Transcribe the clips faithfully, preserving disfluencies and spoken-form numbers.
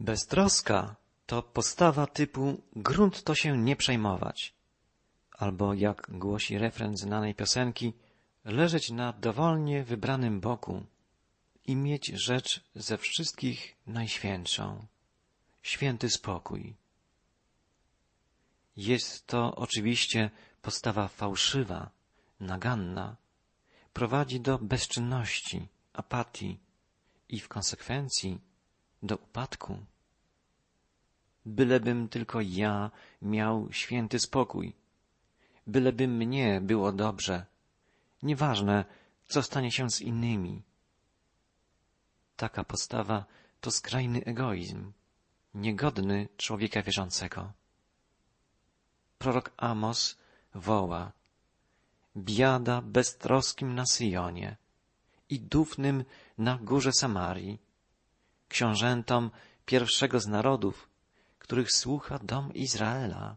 Beztroska to postawa typu grunt to się nie przejmować. Albo, jak głosi refren znanej piosenki, leżeć na dowolnie wybranym boku i mieć rzecz ze wszystkich najświętszą, święty spokój. Jest to oczywiście postawa fałszywa, naganna, prowadzi do bezczynności, apatii i w konsekwencji do upadku. Bylebym tylko ja miał święty spokój, byleby mnie było dobrze, nieważne, co stanie się z innymi. Taka postawa to skrajny egoizm, niegodny człowieka wierzącego. Prorok Amos woła: biada beztroskim na Syjonie i dufnym na górze Samarii, książętom pierwszego z narodów, których słucha dom Izraela.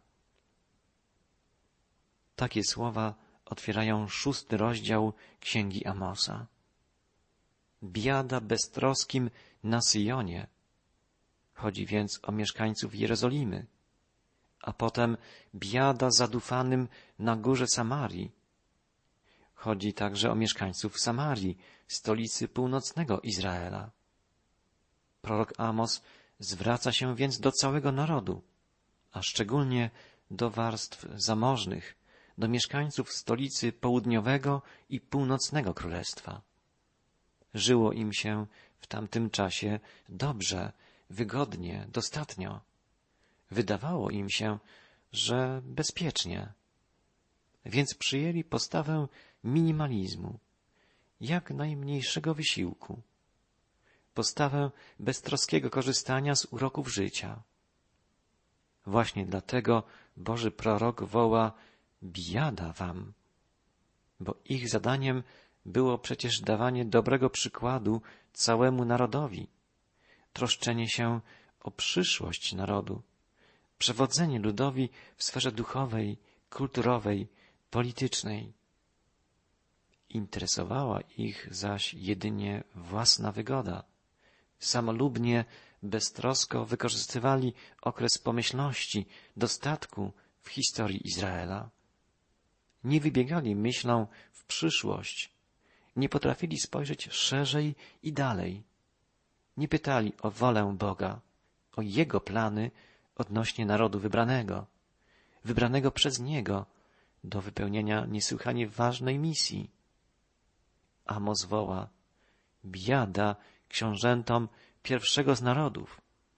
Takie słowa otwierają szósty rozdział Księgi Amosa. Biada beztroskim na Syjonie. Chodzi więc o mieszkańców Jerozolimy, a potem biada zadufanym na górze Samarii. Chodzi także o mieszkańców Samarii, stolicy północnego Izraela. Prorok Amos zwraca się więc do całego narodu, a szczególnie do warstw zamożnych, do mieszkańców stolicy południowego i północnego królestwa. Żyło im się w tamtym czasie dobrze, wygodnie, dostatnio. Wydawało im się, że bezpiecznie. Więc przyjęli postawę minimalizmu, jak najmniejszego wysiłku, postawę beztroskiego korzystania z uroków życia. Właśnie dlatego Boży prorok woła: biada wam, bo ich zadaniem było przecież dawanie dobrego przykładu całemu narodowi, troszczenie się o przyszłość narodu, przewodzenie ludowi w sferze duchowej, kulturowej, politycznej. Interesowała ich zaś jedynie własna wygoda. Samolubnie, beztrosko wykorzystywali okres pomyślności, dostatku w historii Izraela. Nie wybiegali myślą w przyszłość, nie potrafili spojrzeć szerzej i dalej. Nie pytali o wolę Boga, o Jego plany odnośnie narodu wybranego, wybranego przez Niego do wypełnienia niesłychanie ważnej misji. Amos woła: biada książętom pierwszego z narodów.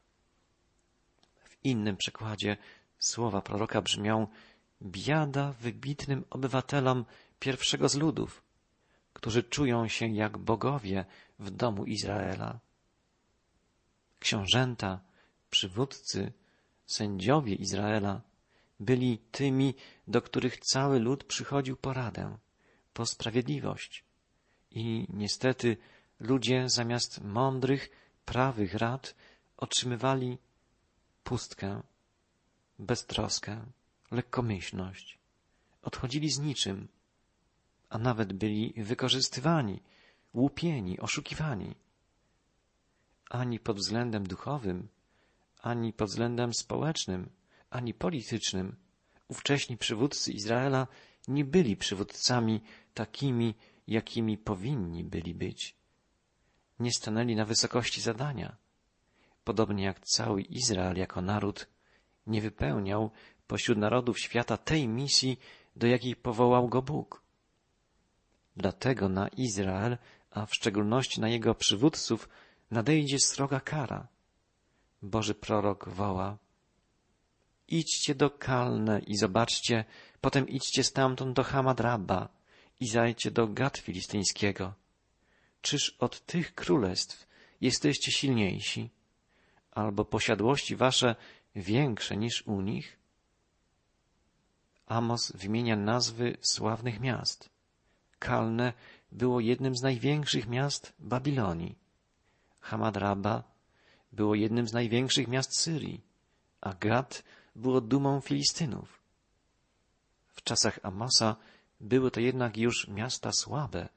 W innym przekładzie słowa proroka brzmią: biada wybitnym obywatelom pierwszego z ludów, którzy czują się jak bogowie w domu Izraela. Książęta, przywódcy, sędziowie Izraela byli tymi, do których cały lud przychodził po radę, po sprawiedliwość. I niestety ludzie zamiast mądrych, prawych rad otrzymywali pustkę, beztroskę, lekkomyślność. Odchodzili z niczym, a nawet byli wykorzystywani, łupieni, oszukiwani. Ani pod względem duchowym, ani pod względem społecznym, ani politycznym ówcześni przywódcy Izraela nie byli przywódcami takimi, jakimi powinni byli być. Nie stanęli na wysokości zadania. Podobnie jak cały Izrael jako naród nie wypełniał pośród narodów świata tej misji, do jakiej powołał go Bóg. Dlatego na Izrael, a w szczególności na jego przywódców, nadejdzie sroga kara. Boży prorok woła: idźcie do Kalne i zobaczcie, potem idźcie stamtąd do Hamat-Rabba i zajdźcie do Gad Filistyńskiego. Czyż od tych królestw jesteście silniejsi, albo posiadłości wasze większe niż u nich? Amos wymienia nazwy sławnych miast. Kalne było jednym z największych miast Babilonii. Hamat-Rabba było jednym z największych miast Syrii, a Gad było dumą Filistynów. W czasach Amosa były to jednak już miasta słabe,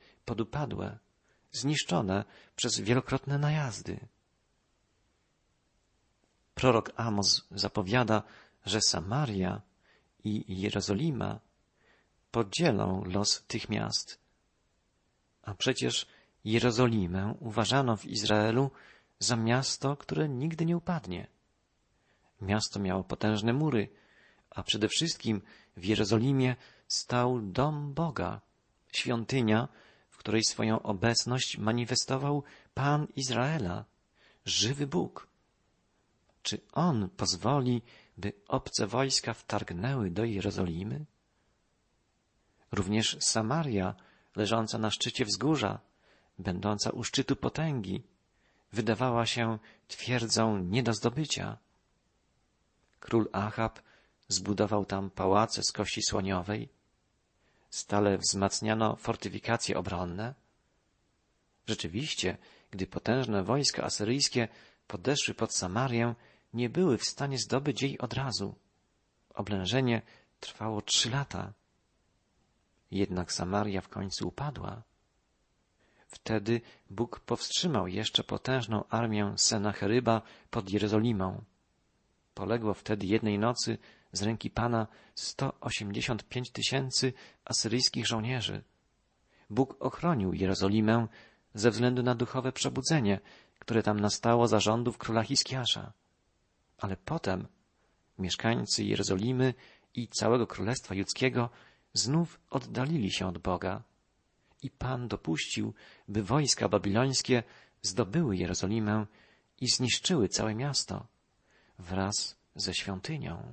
podupadłe, zniszczone przez wielokrotne najazdy. Prorok Amos zapowiada, że Samaria i Jerozolima podzielą los tych miast. A przecież Jerozolimę uważano w Izraelu za miasto, które nigdy nie upadnie. Miasto miało potężne mury, a przede wszystkim w Jerozolimie stał dom Boga, świątynia, w której swoją obecność manifestował Pan Izraela, żywy Bóg. Czy On pozwoli, by obce wojska wtargnęły do Jerozolimy? Również Samaria, leżąca na szczycie wzgórza, będąca u szczytu potęgi, wydawała się twierdzą nie do zdobycia. Król Achab zbudował tam pałace z kości słoniowej, stale wzmacniano fortyfikacje obronne. Rzeczywiście, gdy potężne wojska asyryjskie podeszły pod Samarię, nie były w stanie zdobyć jej od razu. Oblężenie trwało trzy lata. Jednak Samaria w końcu upadła. Wtedy Bóg powstrzymał jeszcze potężną armię Senacheryba pod Jerozolimą. Poległo wtedy jednej nocy z ręki Pana sto osiemdziesiąt pięć tysięcy asyryjskich żołnierzy. Bóg ochronił Jerozolimę ze względu na duchowe przebudzenie, które tam nastało za rządów króla Hiskiasza. Ale potem mieszkańcy Jerozolimy i całego Królestwa Judzkiego znów oddalili się od Boga i Pan dopuścił, by wojska babilońskie zdobyły Jerozolimę i zniszczyły całe miasto wraz ze świątynią.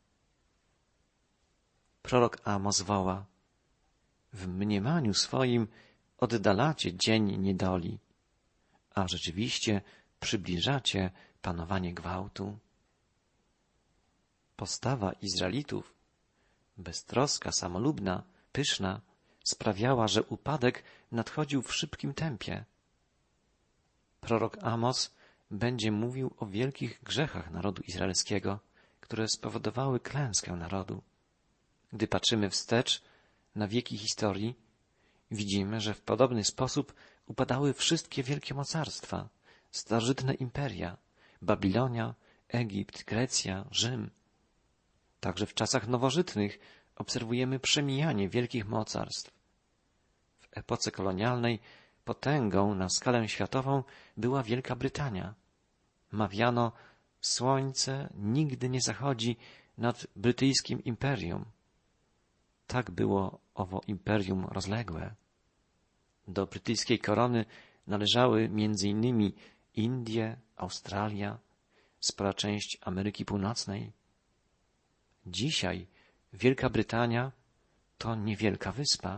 Prorok Amos woła: w mniemaniu swoim oddalacie dzień niedoli, a rzeczywiście przybliżacie panowanie gwałtu. Postawa Izraelitów, beztroska, samolubna, pyszna, sprawiała, że upadek nadchodził w szybkim tempie. Prorok Amos będzie mówił o wielkich grzechach narodu izraelskiego, które spowodowały klęskę narodu. Gdy patrzymy wstecz na wieki historii, widzimy, że w podobny sposób upadały wszystkie wielkie mocarstwa, starożytne imperia, Babilonia, Egipt, Grecja, Rzym. Także w czasach nowożytnych obserwujemy przemijanie wielkich mocarstw. W epoce kolonialnej potęgą na skalę światową była Wielka Brytania. Mawiano, słońce nigdy nie zachodzi nad brytyjskim imperium. Tak było owo imperium rozległe. Do brytyjskiej korony należały między innymi Indie, Australia, spora część Ameryki Północnej. Dzisiaj Wielka Brytania to niewielka wyspa.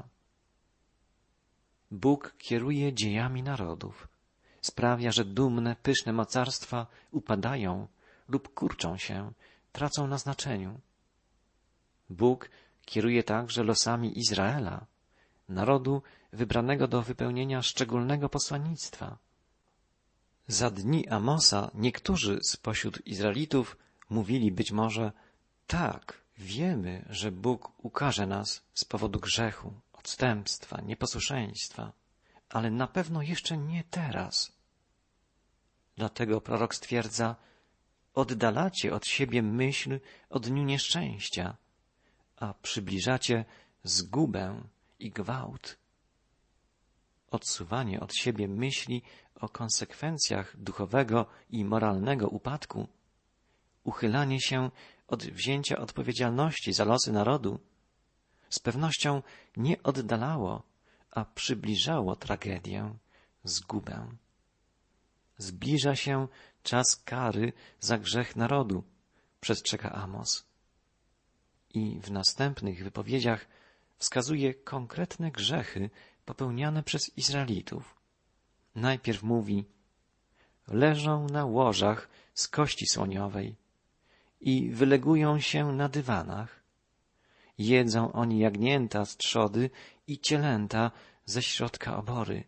Bóg kieruje dziejami narodów. Sprawia, że dumne, pyszne mocarstwa upadają lub kurczą się, tracą na znaczeniu. Bóg kieruje także losami Izraela, narodu wybranego do wypełnienia szczególnego posłannictwa. Za dni Amosa niektórzy spośród Izraelitów mówili być może: tak, wiemy, że Bóg ukarze nas z powodu grzechu, odstępstwa, nieposłuszeństwa, ale na pewno jeszcze nie teraz. Dlatego prorok stwierdza: oddalacie od siebie myśl o dniu nieszczęścia, a przybliżacie zgubę i gwałt. Odsuwanie od siebie myśli o konsekwencjach duchowego i moralnego upadku, uchylanie się od wzięcia odpowiedzialności za losy narodu, z pewnością nie oddalało, a przybliżało tragedię, zgubę. Zbliża się czas kary za grzech narodu, przestrzega Amos. I w następnych wypowiedziach wskazuje konkretne grzechy popełniane przez Izraelitów. Najpierw mówi: leżą na łożach z kości słoniowej i wylegują się na dywanach. Jedzą oni jagnięta z trzody i cielęta ze środka obory.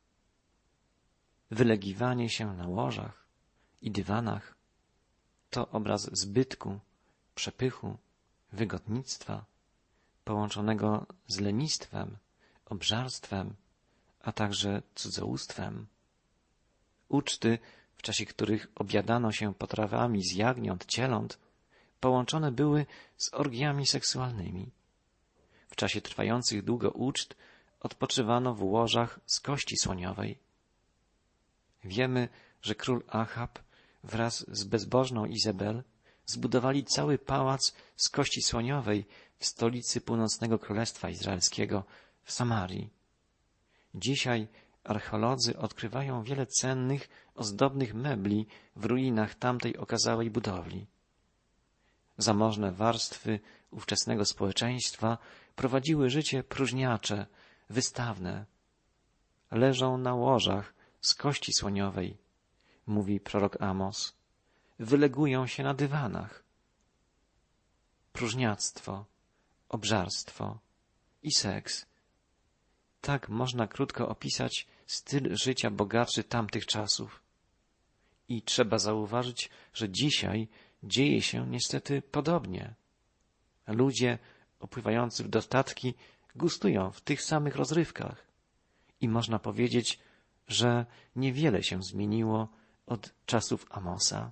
Wylegiwanie się na łożach i dywanach to obraz zbytku, przepychu, wygodnictwa, połączonego z lenistwem, obżarstwem, a także cudzołóstwem. Uczty w czasie których obiadano się potrawami z jagniąt, cieląt, połączone były z orgiami seksualnymi. W czasie trwających długo uczt odpoczywano w łożach z kości słoniowej. Wiemy, że król Achab wraz z bezbożną Izabel zbudowali cały pałac z kości słoniowej w stolicy północnego Królestwa Izraelskiego, w Samarii. Dzisiaj archeolodzy odkrywają wiele cennych, ozdobnych mebli w ruinach tamtej okazałej budowli. Zamożne warstwy ówczesnego społeczeństwa prowadziły życie próżniacze, wystawne. Leżą na łożach z kości słoniowej, mówi prorok Amos. Wylegują się na dywanach. Próżniactwo, obżarstwo i seks. Tak można krótko opisać styl życia bogaczy tamtych czasów. I trzeba zauważyć, że dzisiaj dzieje się niestety podobnie. Ludzie opływający w dostatki gustują w tych samych rozrywkach. I można powiedzieć, że niewiele się zmieniło od czasów Amosa.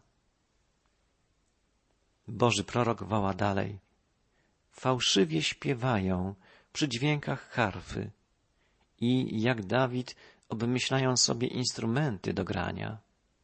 Boży prorok woła dalej. Fałszywie śpiewają przy dźwiękach harfy i jak Dawid obmyślają sobie instrumenty do grania.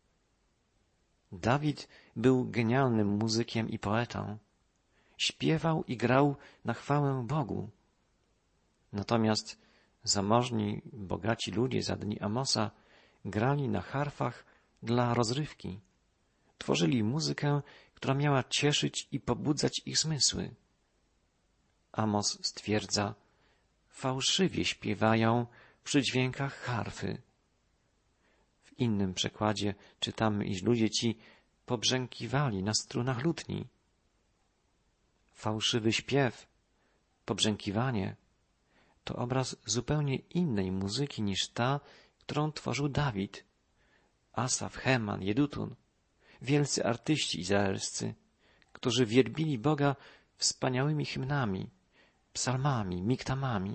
Dawid był genialnym muzykiem i poetą. Śpiewał i grał na chwałę Bogu. Natomiast zamożni, bogaci ludzie za dni Amosa grali na harfach dla rozrywki. Tworzyli muzykę, która miała cieszyć i pobudzać ich zmysły. Amos stwierdza, fałszywie śpiewają przy dźwiękach harfy. W innym przekładzie czytamy, iż ludzie ci pobrzękiwali na strunach lutni. Fałszywy śpiew, pobrzękiwanie to obraz zupełnie innej muzyki niż ta, którą tworzył Dawid, Asaf, Heman, Jedutun, wielcy artyści izraelscy, którzy wielbili Boga wspaniałymi hymnami, psalmami, miktamami.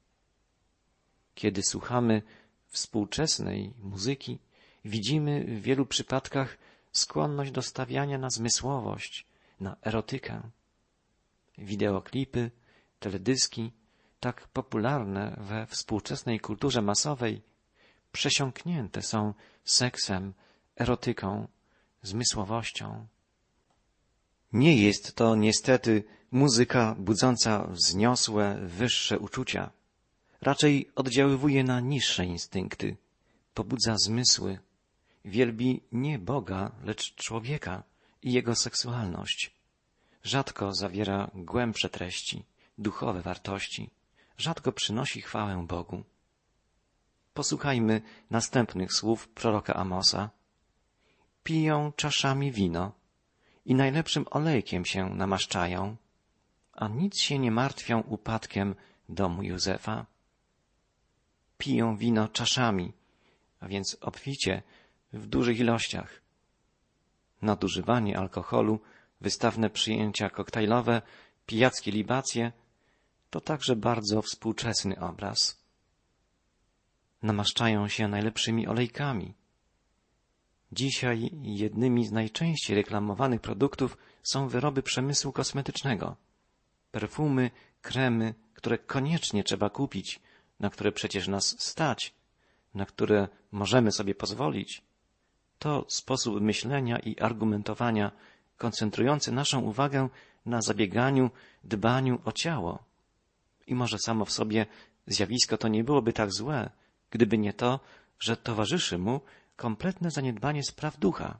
Kiedy słuchamy współczesnej muzyki, widzimy w wielu przypadkach skłonność do stawiania na zmysłowość, na erotykę. Wideoklipy, teledyski, tak popularne we współczesnej kulturze masowej, przesiąknięte są seksem, erotyką, zmysłowością. Nie jest to niestety muzyka budząca wzniosłe, wyższe uczucia. Raczej oddziaływuje na niższe instynkty, pobudza zmysły, wielbi nie Boga, lecz człowieka i jego seksualność. Rzadko zawiera głębsze treści, duchowe wartości, rzadko przynosi chwałę Bogu. Posłuchajmy następnych słów proroka Amosa. Piją czaszami wino i najlepszym olejkiem się namaszczają, a nic się nie martwią upadkiem domu Józefa. Piją wino czaszami, a więc obficie, w dużych ilościach. Nadużywanie alkoholu, wystawne przyjęcia koktajlowe, pijackie libacje to także bardzo współczesny obraz. Namaszczają się najlepszymi olejkami. Dzisiaj jednymi z najczęściej reklamowanych produktów są wyroby przemysłu kosmetycznego. Perfumy, kremy, które koniecznie trzeba kupić, na które przecież nas stać, na które możemy sobie pozwolić. To sposób myślenia i argumentowania koncentrujący naszą uwagę na zabieganiu, dbaniu o ciało. I może samo w sobie zjawisko to nie byłoby tak złe, gdyby nie to, że towarzyszy mu kompletne zaniedbanie spraw ducha.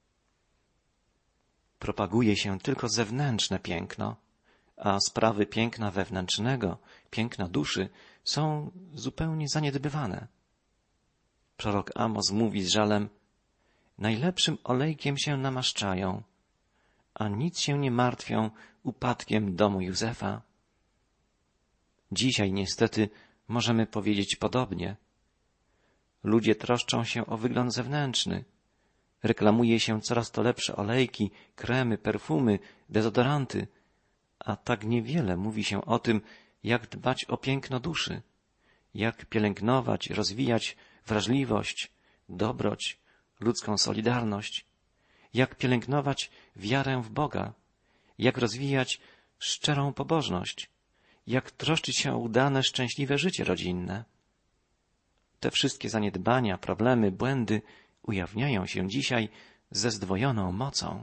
Propaguje się tylko zewnętrzne piękno, a sprawy piękna wewnętrznego, piękna duszy są zupełnie zaniedbywane. Prorok Amos mówi z żalem, najlepszym olejkiem się namaszczają, a nic się nie martwią upadkiem domu Józefa. Dzisiaj niestety możemy powiedzieć podobnie. Ludzie troszczą się o wygląd zewnętrzny. Reklamuje się coraz to lepsze olejki, kremy, perfumy, dezodoranty, a tak niewiele mówi się o tym, jak dbać o piękno duszy, jak pielęgnować, rozwijać wrażliwość, dobroć, ludzką solidarność, jak pielęgnować wiarę w Boga, jak rozwijać szczerą pobożność, jak troszczyć się o udane, szczęśliwe życie rodzinne. Te wszystkie zaniedbania, problemy, błędy ujawniają się dzisiaj ze zdwojoną mocą.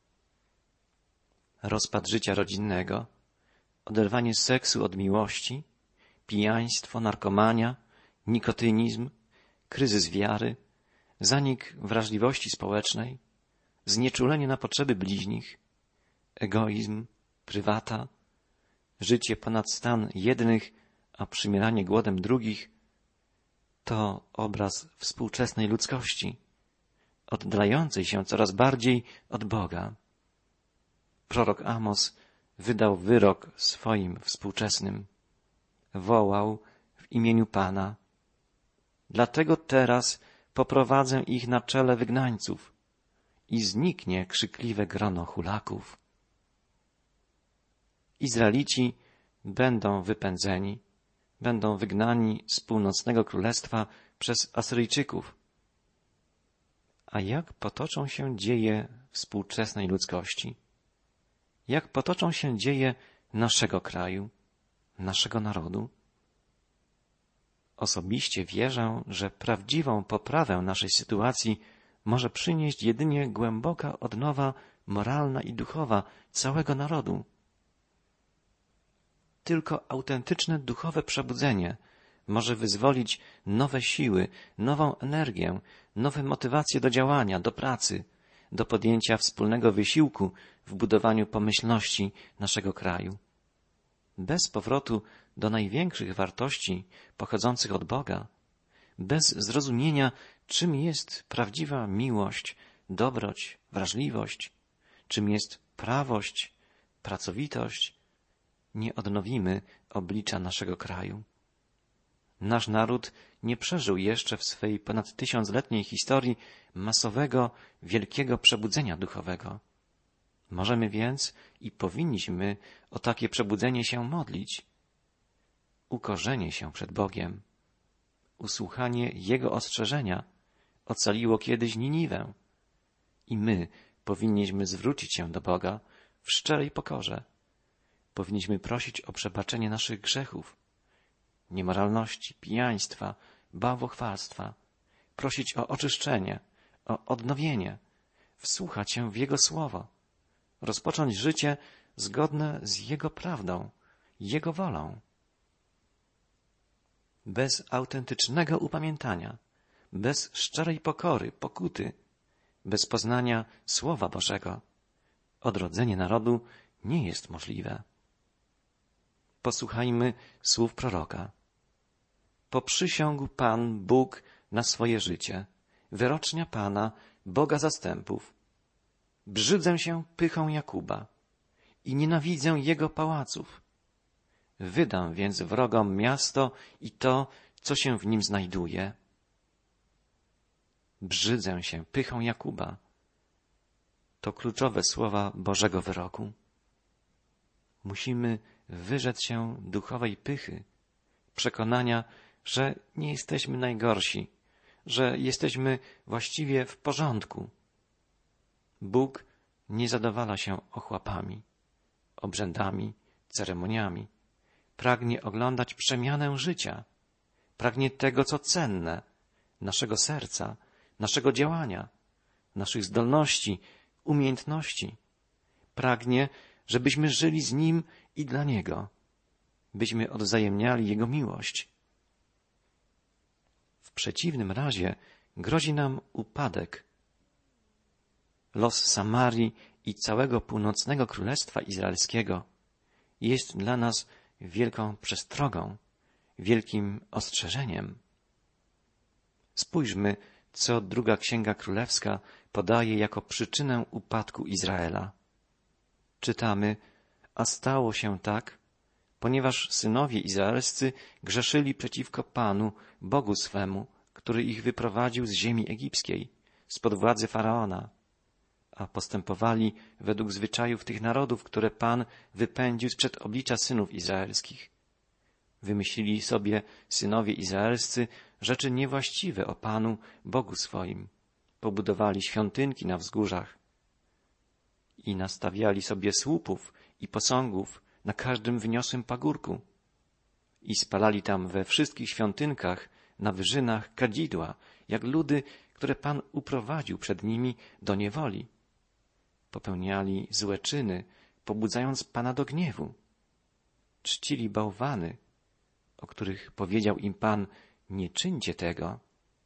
Rozpad życia rodzinnego, oderwanie seksu od miłości, pijaństwo, narkomania, nikotynizm, kryzys wiary, zanik wrażliwości społecznej, znieczulenie na potrzeby bliźnich, egoizm, prywata, życie ponad stan jednych, a przymieranie głodem drugich, to obraz współczesnej ludzkości, oddalającej się coraz bardziej od Boga. Prorok Amos wydał wyrok swoim współczesnym. Wołał w imieniu Pana: dlatego teraz poprowadzę ich na czele wygnańców i zniknie krzykliwe grono hulaków. Izraelici będą wypędzeni, będą wygnani z północnego królestwa przez Asyryjczyków. A jak potoczą się dzieje współczesnej ludzkości? Jak potoczą się dzieje naszego kraju, naszego narodu? Osobiście wierzę, że prawdziwą poprawę naszej sytuacji może przynieść jedynie głęboka odnowa moralna i duchowa całego narodu. Tylko autentyczne duchowe przebudzenie może wyzwolić nowe siły, nową energię, nowe motywacje do działania, do pracy, do podjęcia wspólnego wysiłku w budowaniu pomyślności naszego kraju. Bez powrotu do największych wartości pochodzących od Boga, bez zrozumienia, czym jest prawdziwa miłość, dobroć, wrażliwość, czym jest prawość, pracowitość, nie odnowimy oblicza naszego kraju. Nasz naród nie przeżył jeszcze w swej ponad tysiącletniej historii masowego, wielkiego przebudzenia duchowego. Możemy więc i powinniśmy o takie przebudzenie się modlić. Ukorzenie się przed Bogiem, usłuchanie Jego ostrzeżenia ocaliło kiedyś Niniwę i my powinniśmy zwrócić się do Boga w szczerej pokorze. Powinniśmy prosić o przebaczenie naszych grzechów, niemoralności, pijaństwa, bałwochwalstwa, prosić o oczyszczenie, o odnowienie, wsłuchać się w Jego słowo, rozpocząć życie zgodne z Jego prawdą, Jego wolą. Bez autentycznego upamiętania, bez szczerej pokory, pokuty, bez poznania Słowa Bożego, odrodzenie narodu nie jest możliwe. Posłuchajmy słów proroka. Poprzysiągł Pan Bóg na swoje życie, wyrocznia Pana, Boga zastępów. Brzydzę się pychą Jakuba i nienawidzę jego pałaców. Wydam więc wrogom miasto i to, co się w nim znajduje. Brzydzę się pychą Jakuba. To kluczowe słowa Bożego wyroku. Musimy wyrzec się duchowej pychy, przekonania, że nie jesteśmy najgorsi, że jesteśmy właściwie w porządku. Bóg nie zadowala się ochłapami, obrzędami, ceremoniami. Pragnie oglądać przemianę życia. Pragnie tego, co cenne, naszego serca, naszego działania, naszych zdolności, umiejętności. Pragnie, żebyśmy żyli z Nim i dla Niego, byśmy odwzajemniali Jego miłość. W przeciwnym razie grozi nam upadek. Los Samarii i całego północnego królestwa izraelskiego jest dla nas wielką przestrogą, wielkim ostrzeżeniem. Spójrzmy, co druga Księga Królewska podaje jako przyczynę upadku Izraela. Czytamy: a stało się tak, ponieważ synowie izraelscy grzeszyli przeciwko Panu, Bogu swemu, który ich wyprowadził z ziemi egipskiej, spod władzy Faraona, a postępowali według zwyczajów tych narodów, które Pan wypędził sprzed oblicza synów izraelskich. Wymyślili sobie synowie izraelscy rzeczy niewłaściwe o Panu, Bogu swoim. pobudowali świątynki na wzgórzach i nastawiali sobie słupów i posągów na każdym wyniosłym pagórku i spalali tam we wszystkich świątynkach na wyżynach kadzidła, jak ludy, które Pan uprowadził przed nimi do niewoli. Popełniali złe czyny, pobudzając Pana do gniewu. Czcili bałwany, o których powiedział im Pan: nie czyńcie tego.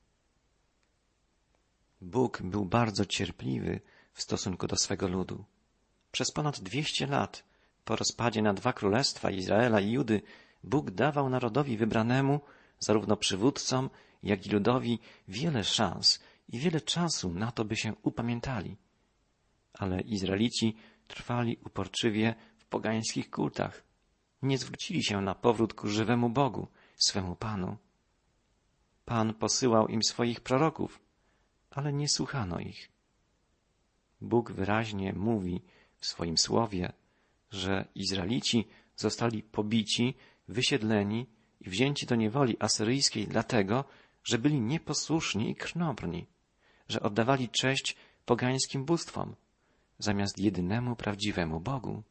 Bóg był bardzo cierpliwy w stosunku do swego ludu. Przez ponad dwieście lat, po rozpadzie na dwa królestwa, Izraela i Judy, Bóg dawał narodowi wybranemu, zarówno przywódcom, jak i ludowi, wiele szans i wiele czasu na to, by się upamiętali. Ale Izraelici trwali uporczywie w pogańskich kultach. Nie zwrócili się na powrót ku żywemu Bogu, swemu Panu. Pan posyłał im swoich proroków, ale nie słuchano ich. Bóg wyraźnie mówi w swoim słowie, że Izraelici zostali pobici, wysiedleni i wzięci do niewoli asyryjskiej dlatego, że byli nieposłuszni i krnąbrni, że oddawali cześć pogańskim bóstwom, zamiast jedynemu prawdziwemu Bogu.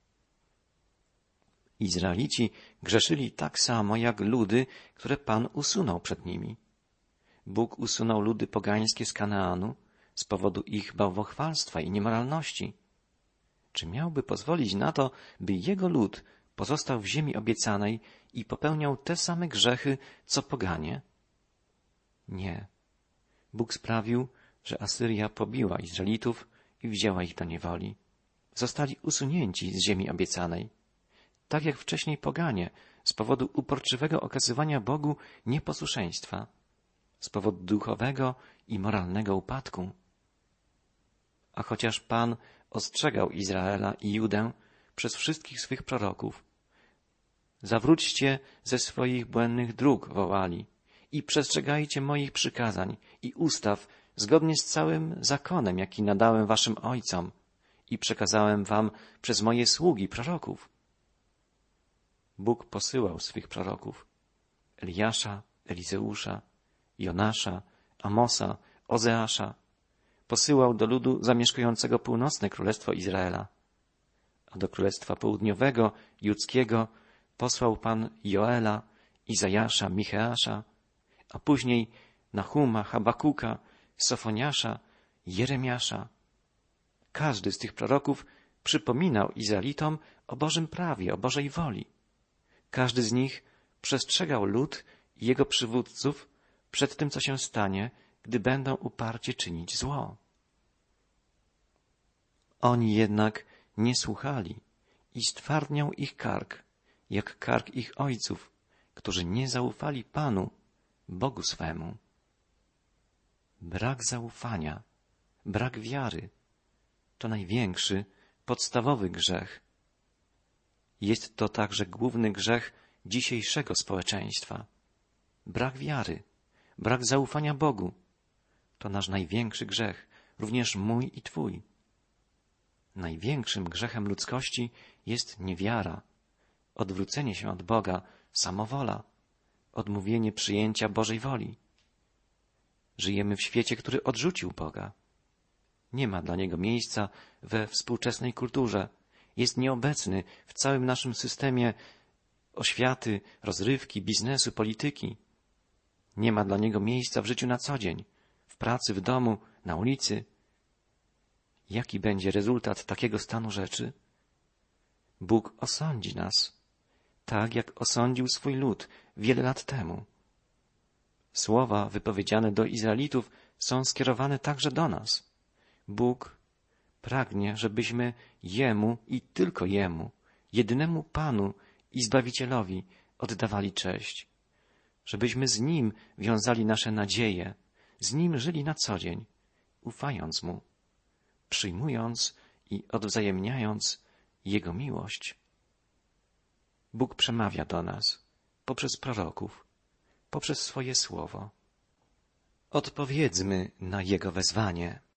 Izraelici grzeszyli tak samo jak ludy, które Pan usunął przed nimi. Bóg usunął ludy pogańskie z Kanaanu z powodu ich bałwochwalstwa i niemoralności. Czy miałby pozwolić na to, by jego lud pozostał w ziemi obiecanej i popełniał te same grzechy, co poganie? Nie. Bóg sprawił, że Asyria pobiła Izraelitów i wzięła ich do niewoli. Zostali usunięci z ziemi obiecanej. Tak jak wcześniej poganie, z powodu uporczywego okazywania Bogu nieposłuszeństwa, z powodu duchowego i moralnego upadku. A chociaż Pan ostrzegał Izraela i Judę przez wszystkich swych proroków: zawróćcie ze swoich błędnych dróg, wołali, i przestrzegajcie moich przykazań i ustaw zgodnie z całym zakonem, jaki nadałem waszym ojcom i przekazałem wam przez moje sługi proroków. Bóg posyłał swych proroków: Eliasza, Elizeusza, Jonasza, Amosa, Ozeasza. Posyłał do ludu zamieszkującego północne królestwo Izraela, a do królestwa południowego, judzkiego, posłał Pan Joela, Izajasza, Micheasza, a później Nahuma, Habakuka, Sofoniasza, Jeremiasza. Każdy z tych proroków przypominał Izraelitom o Bożym prawie, o Bożej woli. Każdy z nich przestrzegał lud i jego przywódców przed tym, co się stanie, gdy będą uparcie czynić zło. Oni jednak nie słuchali i stwardniał ich kark, jak kark ich ojców, którzy nie zaufali Panu, Bogu swemu. Brak zaufania, brak wiary to największy, podstawowy grzech. Jest to także główny grzech dzisiejszego społeczeństwa. Brak wiary, brak zaufania Bogu to nasz największy grzech, również mój i twój. Największym grzechem ludzkości jest niewiara, odwrócenie się od Boga, samowola, odmówienie przyjęcia Bożej woli. Żyjemy w świecie, który odrzucił Boga. Nie ma dla Niego miejsca we współczesnej kulturze. Jest nieobecny w całym naszym systemie oświaty, rozrywki, biznesu, polityki. Nie ma dla Niego miejsca w życiu na co dzień, w pracy, w domu, na ulicy. Jaki będzie rezultat takiego stanu rzeczy? Bóg osądzi nas, tak jak osądził swój lud wiele lat temu. Słowa wypowiedziane do Izraelitów są skierowane także do nas. Bóg pragnie, żebyśmy Jemu i tylko Jemu, jedynemu Panu i Zbawicielowi oddawali cześć, żebyśmy z Nim wiązali nasze nadzieje, z Nim żyli na co dzień, ufając Mu, przyjmując i odwzajemniając Jego miłość. Bóg przemawia do nas poprzez proroków, poprzez swoje słowo. Odpowiedzmy na Jego wezwanie.